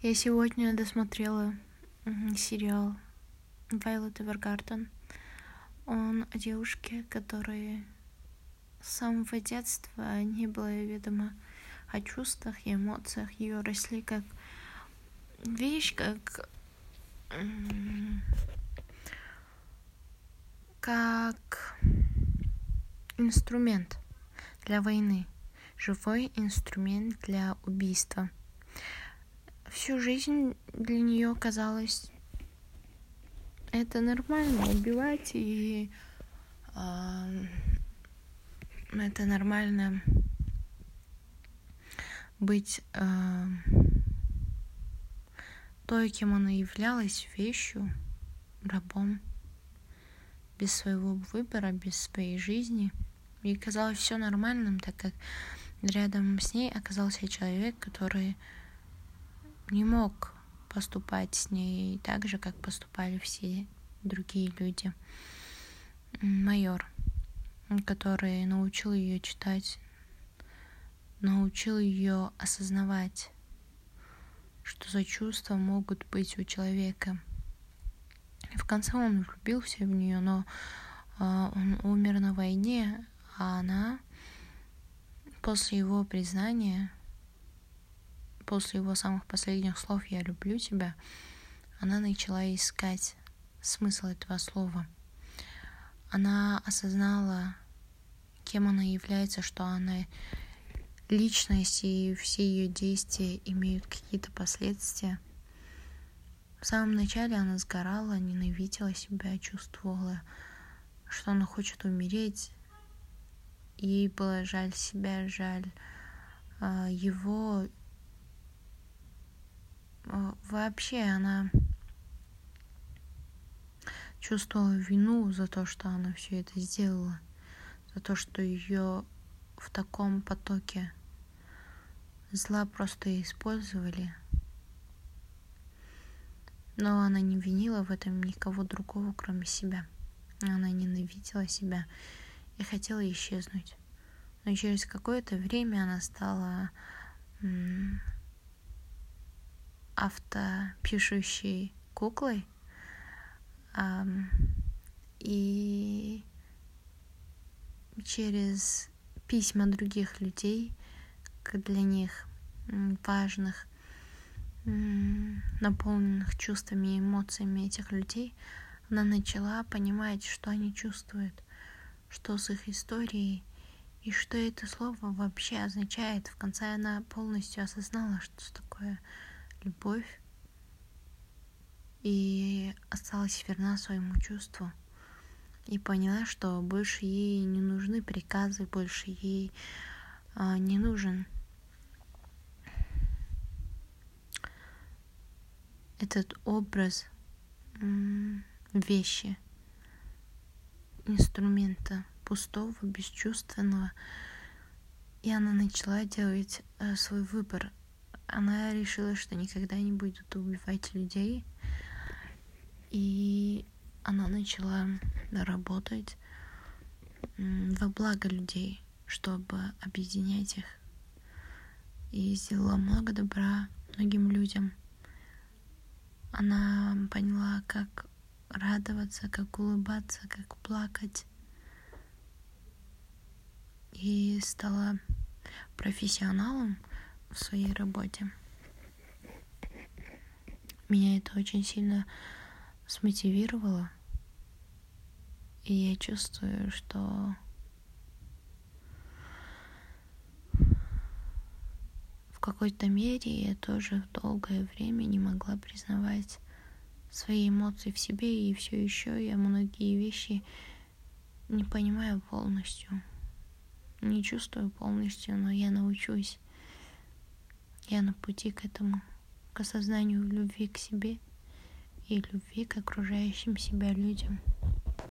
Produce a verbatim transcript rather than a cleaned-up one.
Я сегодня досмотрела сериал Violet Evergarden. Он о девушке, которой с самого детства не было ведомо о чувствах и эмоциях. Ее росли как вещь, как как инструмент для войны, живой инструмент для убийства. Всю жизнь для нее казалось это нормально убивать, и э, это нормально быть э, той, кем она являлась, вещью, рабом, без своего выбора, без своей жизни. Ей казалось все нормальным, так как рядом с ней оказался человек, который не мог поступать с ней так же, как поступали все другие люди. Майор, который научил ее читать, научил ее осознавать, что за чувства могут быть у человека. И в конце он влюбился в нее, но э, он умер на войне, а она после его признания, после его самых последних слов «я люблю тебя», она начала искать смысл этого слова. Она осознала, кем она является, что она личность, и все ее действия имеют какие-то последствия. В самом начале она сгорала, ненавидела себя, чувствовала, что она хочет умереть. Ей было жаль себя, жаль э, его. Вообще она чувствовала вину за то, что она все это сделала, за то, что ее в таком потоке зла просто использовали. Но она не винила в этом никого другого, кроме себя. Она ненавидела себя и хотела исчезнуть. Но через какое-то время она стала м- автопишущей куклой, ам, и через письма других людей, для них важных, наполненных чувствами и эмоциями этих людей, она начала понимать, что они чувствуют, что с их историей, и что это слово вообще означает. В конце она полностью осознала, что такое любовь, и осталась верна своему чувству. И поняла, что больше ей не нужны приказы, больше ей а, не нужен этот образ м- вещи, инструмента пустого, бесчувственного. И она начала делать э, свой выбор. Она решила, что никогда не будет убивать людей. И она начала работать во благо людей, чтобы объединять их. И сделала много добра многим людям. Она поняла, как радоваться, как улыбаться, как плакать. И стала профессионалом в своей работе. Меня это очень сильно смотивировало. И я чувствую, что в какой-то мере я тоже долгое время не могла признавать свои эмоции в себе, и все еще я многие вещи не понимаю полностью, не чувствую полностью, но я научусь. Я на пути к этому, к осознанию любви к себе и любви к окружающим себя людям.